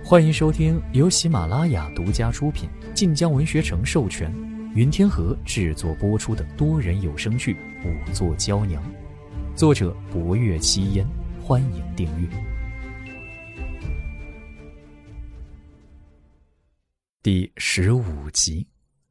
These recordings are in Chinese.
欢迎收听由喜马拉雅独家出品、晋江文学城授权、云天河制作播出的多人有声剧《五座娇娘》，作者博月七烟。欢迎订阅。第15集。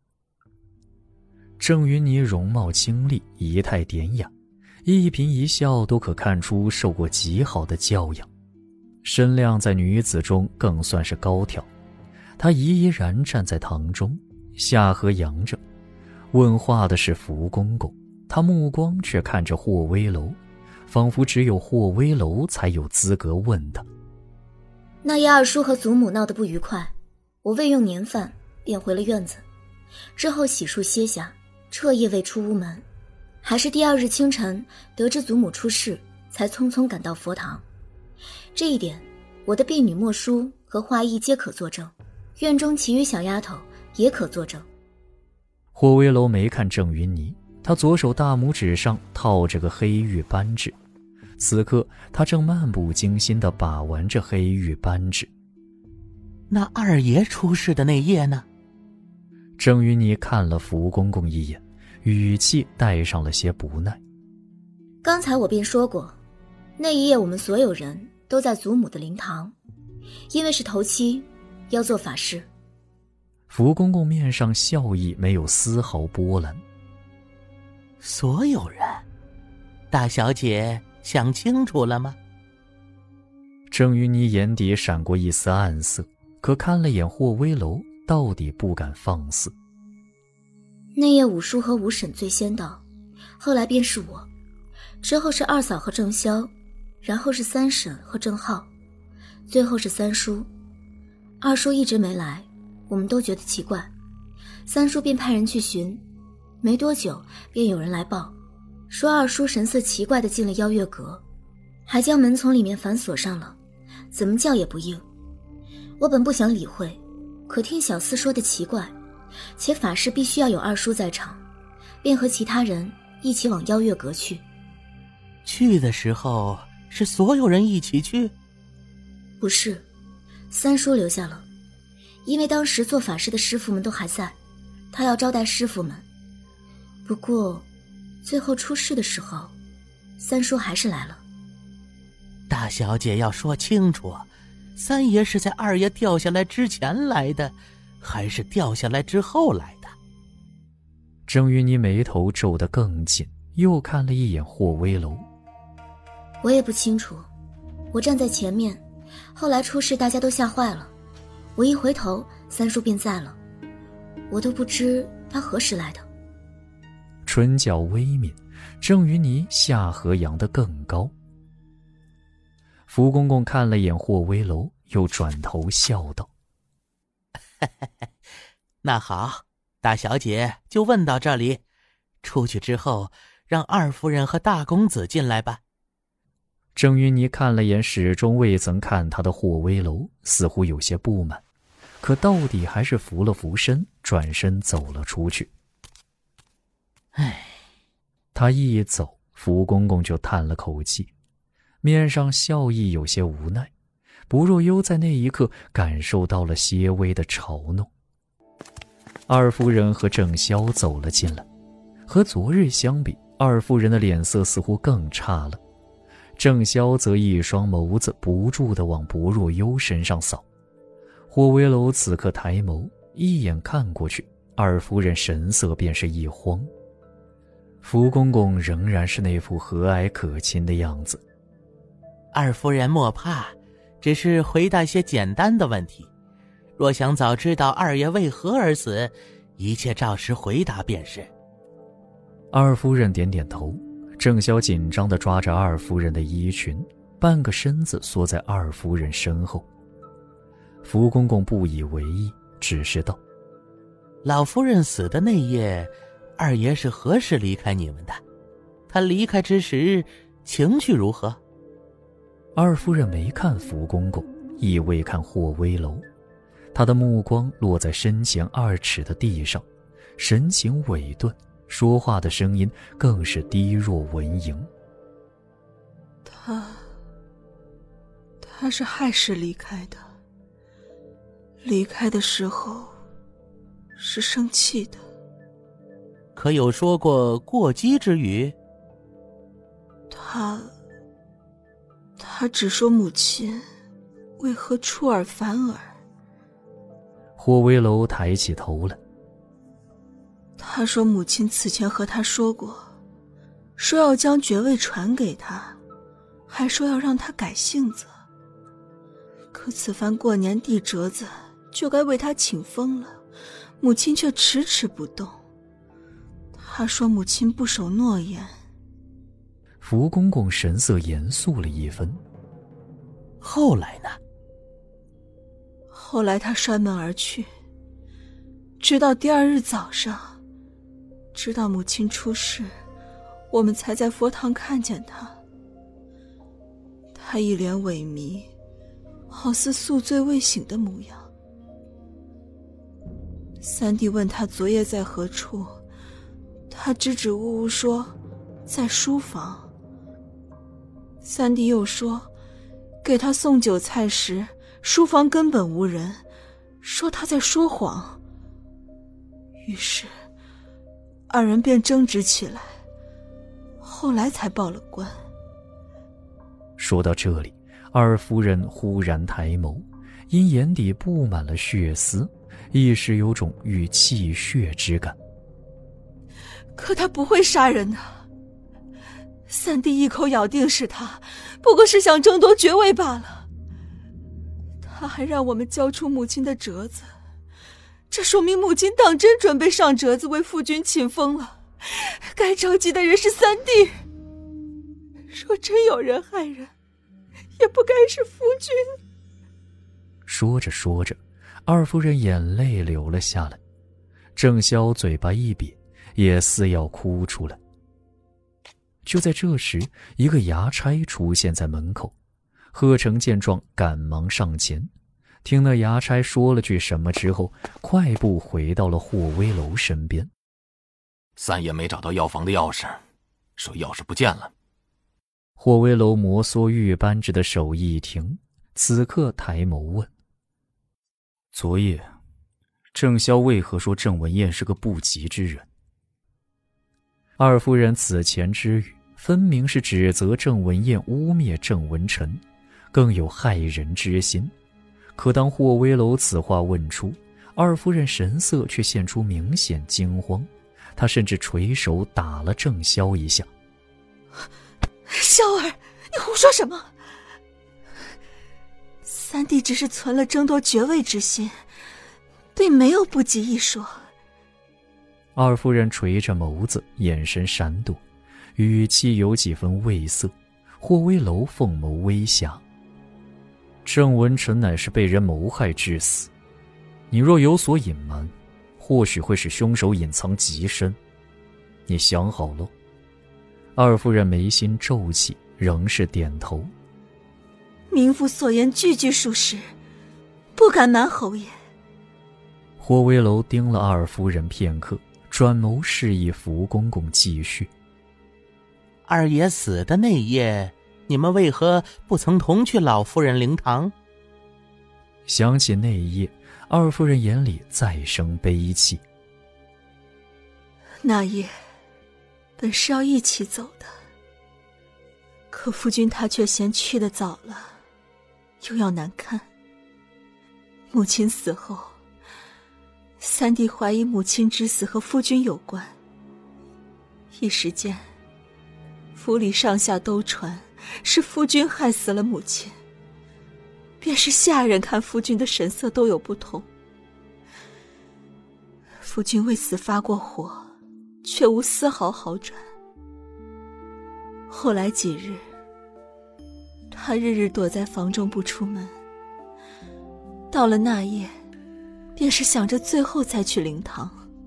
郑云霓容貌清丽，仪态典雅，一颦一笑都可看出受过极好的教养，身量在女子中更算是高挑。她怡怡然站在堂中，下颌扬着，问话的是福公公，他目光却看着霍威楼，仿佛只有霍威楼才有资格问他。 那夜二叔和祖母闹得不愉快，我未用年饭便回了院子，之后洗漱歇下，彻夜未出屋门，还是第二日清晨得知祖母出事，才匆匆赶到佛堂。这一点我的婢女莫叔和华裔皆可作证，院中其余小丫头也可作证。 霍威楼没看郑云霓，他左手大拇指上套着个黑玉扳指，此刻他正漫不经心地把玩着黑玉扳指。 那二爷出事的那夜呢？ 郑云霓看了福公公一眼，语气带上了些不耐。 刚才我便说过，那一夜我们所有人都在祖母的灵堂，因为是头七，要做法事。 福公公面上笑意没有丝毫波澜。 所有人？大小姐想清楚了吗？ 郑云霓眼底闪过一丝暗色，可看了眼霍威楼，到底不敢放肆。 那夜五叔和五婶最先到，后来便是我，之后是二嫂和郑潇，然后是三婶和郑浩，最后是三叔。二叔一直没来，我们都觉得奇怪，三叔便派人去寻，没多久便有人来报，说二叔神色奇怪地进了邀月阁，还将门从里面反锁上了，怎么叫也不应。我本不想理会，可听小厮说的奇怪，且法事必须要有二叔在场，便和其他人一起往邀月阁去。 去的时候是所有人一起去？ 不是，三叔留下了，因为当时做法事的师傅们都还在，他要招待师傅们。不过最后出事的时候，三叔还是来了。 大小姐要说清楚，三爷是在二爷掉下来之前来的，还是掉下来之后来的？ 郑云霓眉头皱得更紧，又看了一眼霍威楼。 我也不清楚，我站在前面，后来出事大家都吓坏了，我一回头三叔便在了，我都不知他何时来的。 唇角微抿，郑云霓下颌扬得更高。福公公看了眼霍威楼，又转头笑道： 那好，大小姐就问到这里，出去之后让二夫人和大公子进来吧。 郑云霓看了眼始终未曾看他的霍威楼，似乎有些不满，可到底还是扶了扶身，转身走了出去。他一走，福公公就叹了口气，面上笑意有些无奈。不若幽在那一刻感受到了些微的嘲弄。二夫人和郑潇走了进来，和昨日相比，二夫人的脸色似乎更差了。郑潇则一双眸子不住地往薄若幽身上扫。霍威楼此刻抬眸，一眼看过去，二夫人神色便是一慌。福公公仍然是那副和蔼可亲的样子。 二夫人莫怕，只是回答些简单的问题，若想早知道二爷为何而死，一切照实回答便是。 二夫人点点头，郑潇紧张地抓着二夫人的衣裙，半个身子缩在二夫人身后。福公公不以为意，只是道： 老夫人死的那夜，二爷是何时离开你们的？他离开之时情绪如何？ 二夫人没看福公公，亦未看霍威楼，他的目光落在身前2尺的地上，神情委顿，说话的声音更是低弱蚊蝇。 他是亥时离开的， 离开的时候是生气的。 可有说过过激之语？ 他只说母亲为何出尔反尔。 霍威楼抬起头来。 他说母亲此前和他说过，说要将爵位传给他，还说要让他改姓子。可此番过年递折子就该为他请封了，母亲却迟迟不动。他说母亲不守诺言。 福公公神色严肃了一分。 后来呢？ 后来他摔门而去，直到第二日早上，知道母亲出事，我们才在佛堂看见他。他一脸萎靡，好似宿醉未醒的模样。三弟问他昨夜在何处，他支支吾吾说在书房。三弟又说给他送酒菜时，书房根本无人，说他在说谎。于是二人便争执起来，后来才报了官。 说到这里，二夫人忽然抬眸，因眼底布满了血丝，一时有种欲泣血之感。 可他不会杀人的，三弟一口咬定是他，不过是想争夺爵位罢了。他还让我们交出母亲的折子，这说明母亲当真准备上折子为夫君请封了。该着急的人是三弟，若真有人害人，也不该是夫君。 说着说着，二夫人眼泪流了下来，郑潇嘴巴一瘪，也似要哭出来。就在这时，一个衙差出现在门口，贺成见状赶忙上前，听那衙差说了句什么之后，快步回到了霍威楼身边。 三爷没找到药房的钥匙，说钥匙不见了。 霍威楼摩挲玉扳指的手一停，此刻抬眸问： 昨夜郑潇为何说郑文彦是个不吉之人？ 二夫人此前之语分明是指责郑文彦污蔑郑文臣，更有害人之心。可当霍威楼此话问出，二夫人神色却现出明显惊慌，她甚至垂手打了郑潇一下。 潇儿，你胡说什么？三弟只是存了争夺爵位之心，并没有不吉一说。 二夫人垂着眸子，眼神闪躲，语气有几分畏色。霍威楼凤眸微霞。郑文臣乃是被人谋害致死，你若有所隐瞒，或许会使凶手隐藏极深。你想好了？二夫人眉心皱起，仍是点头。 民妇所言句句属实，不敢瞒侯爷。 霍威楼盯了二夫人片刻，转眸示意福公公继续。 二爷死的那夜，你们为何不曾同去老夫人灵堂？ 想起那一夜，二夫人眼里再生悲戚。 那夜本是要一起走的，可夫君他却嫌去得早了，又要难堪。母亲死后，三弟怀疑母亲之死和夫君有关，一时间府里上下都传是夫君害死了母亲，便是下人看夫君的神色都有不同。夫君为此发过火，却无丝毫好转。后来几日，他日日躲在房中不出门，到了那夜，便是想着最后再去灵堂。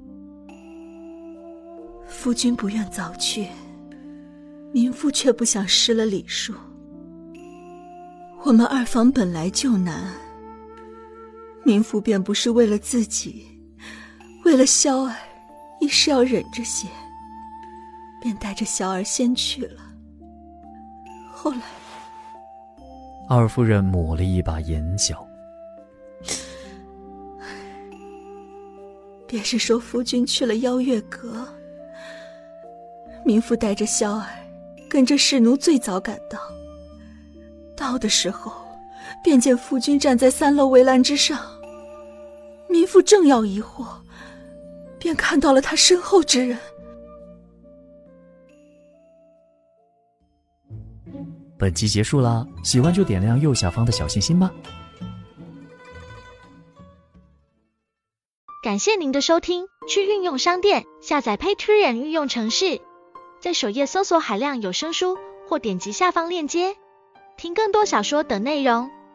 夫君不愿早去，民妇却不想失了礼数。我们二房本来就难，民妇便不是为了自己，为了潇儿，亦是要忍着些，便带着潇儿先去了。后来， 二夫人抹了一把眼角。 便是说夫君去了邀月阁。民妇带着萧儿跟着侍奴最早赶到，到的时候便见夫君站在3楼围栏之上。民妇正要疑惑，便看到了他身后之人。 本集结束啦，喜欢就点亮右下方的小心心吧。 感谢您的收听，去运用商店下载 Patreon 运用程式，在首页搜索海量有声书，或点击下方链接听更多小说等内容。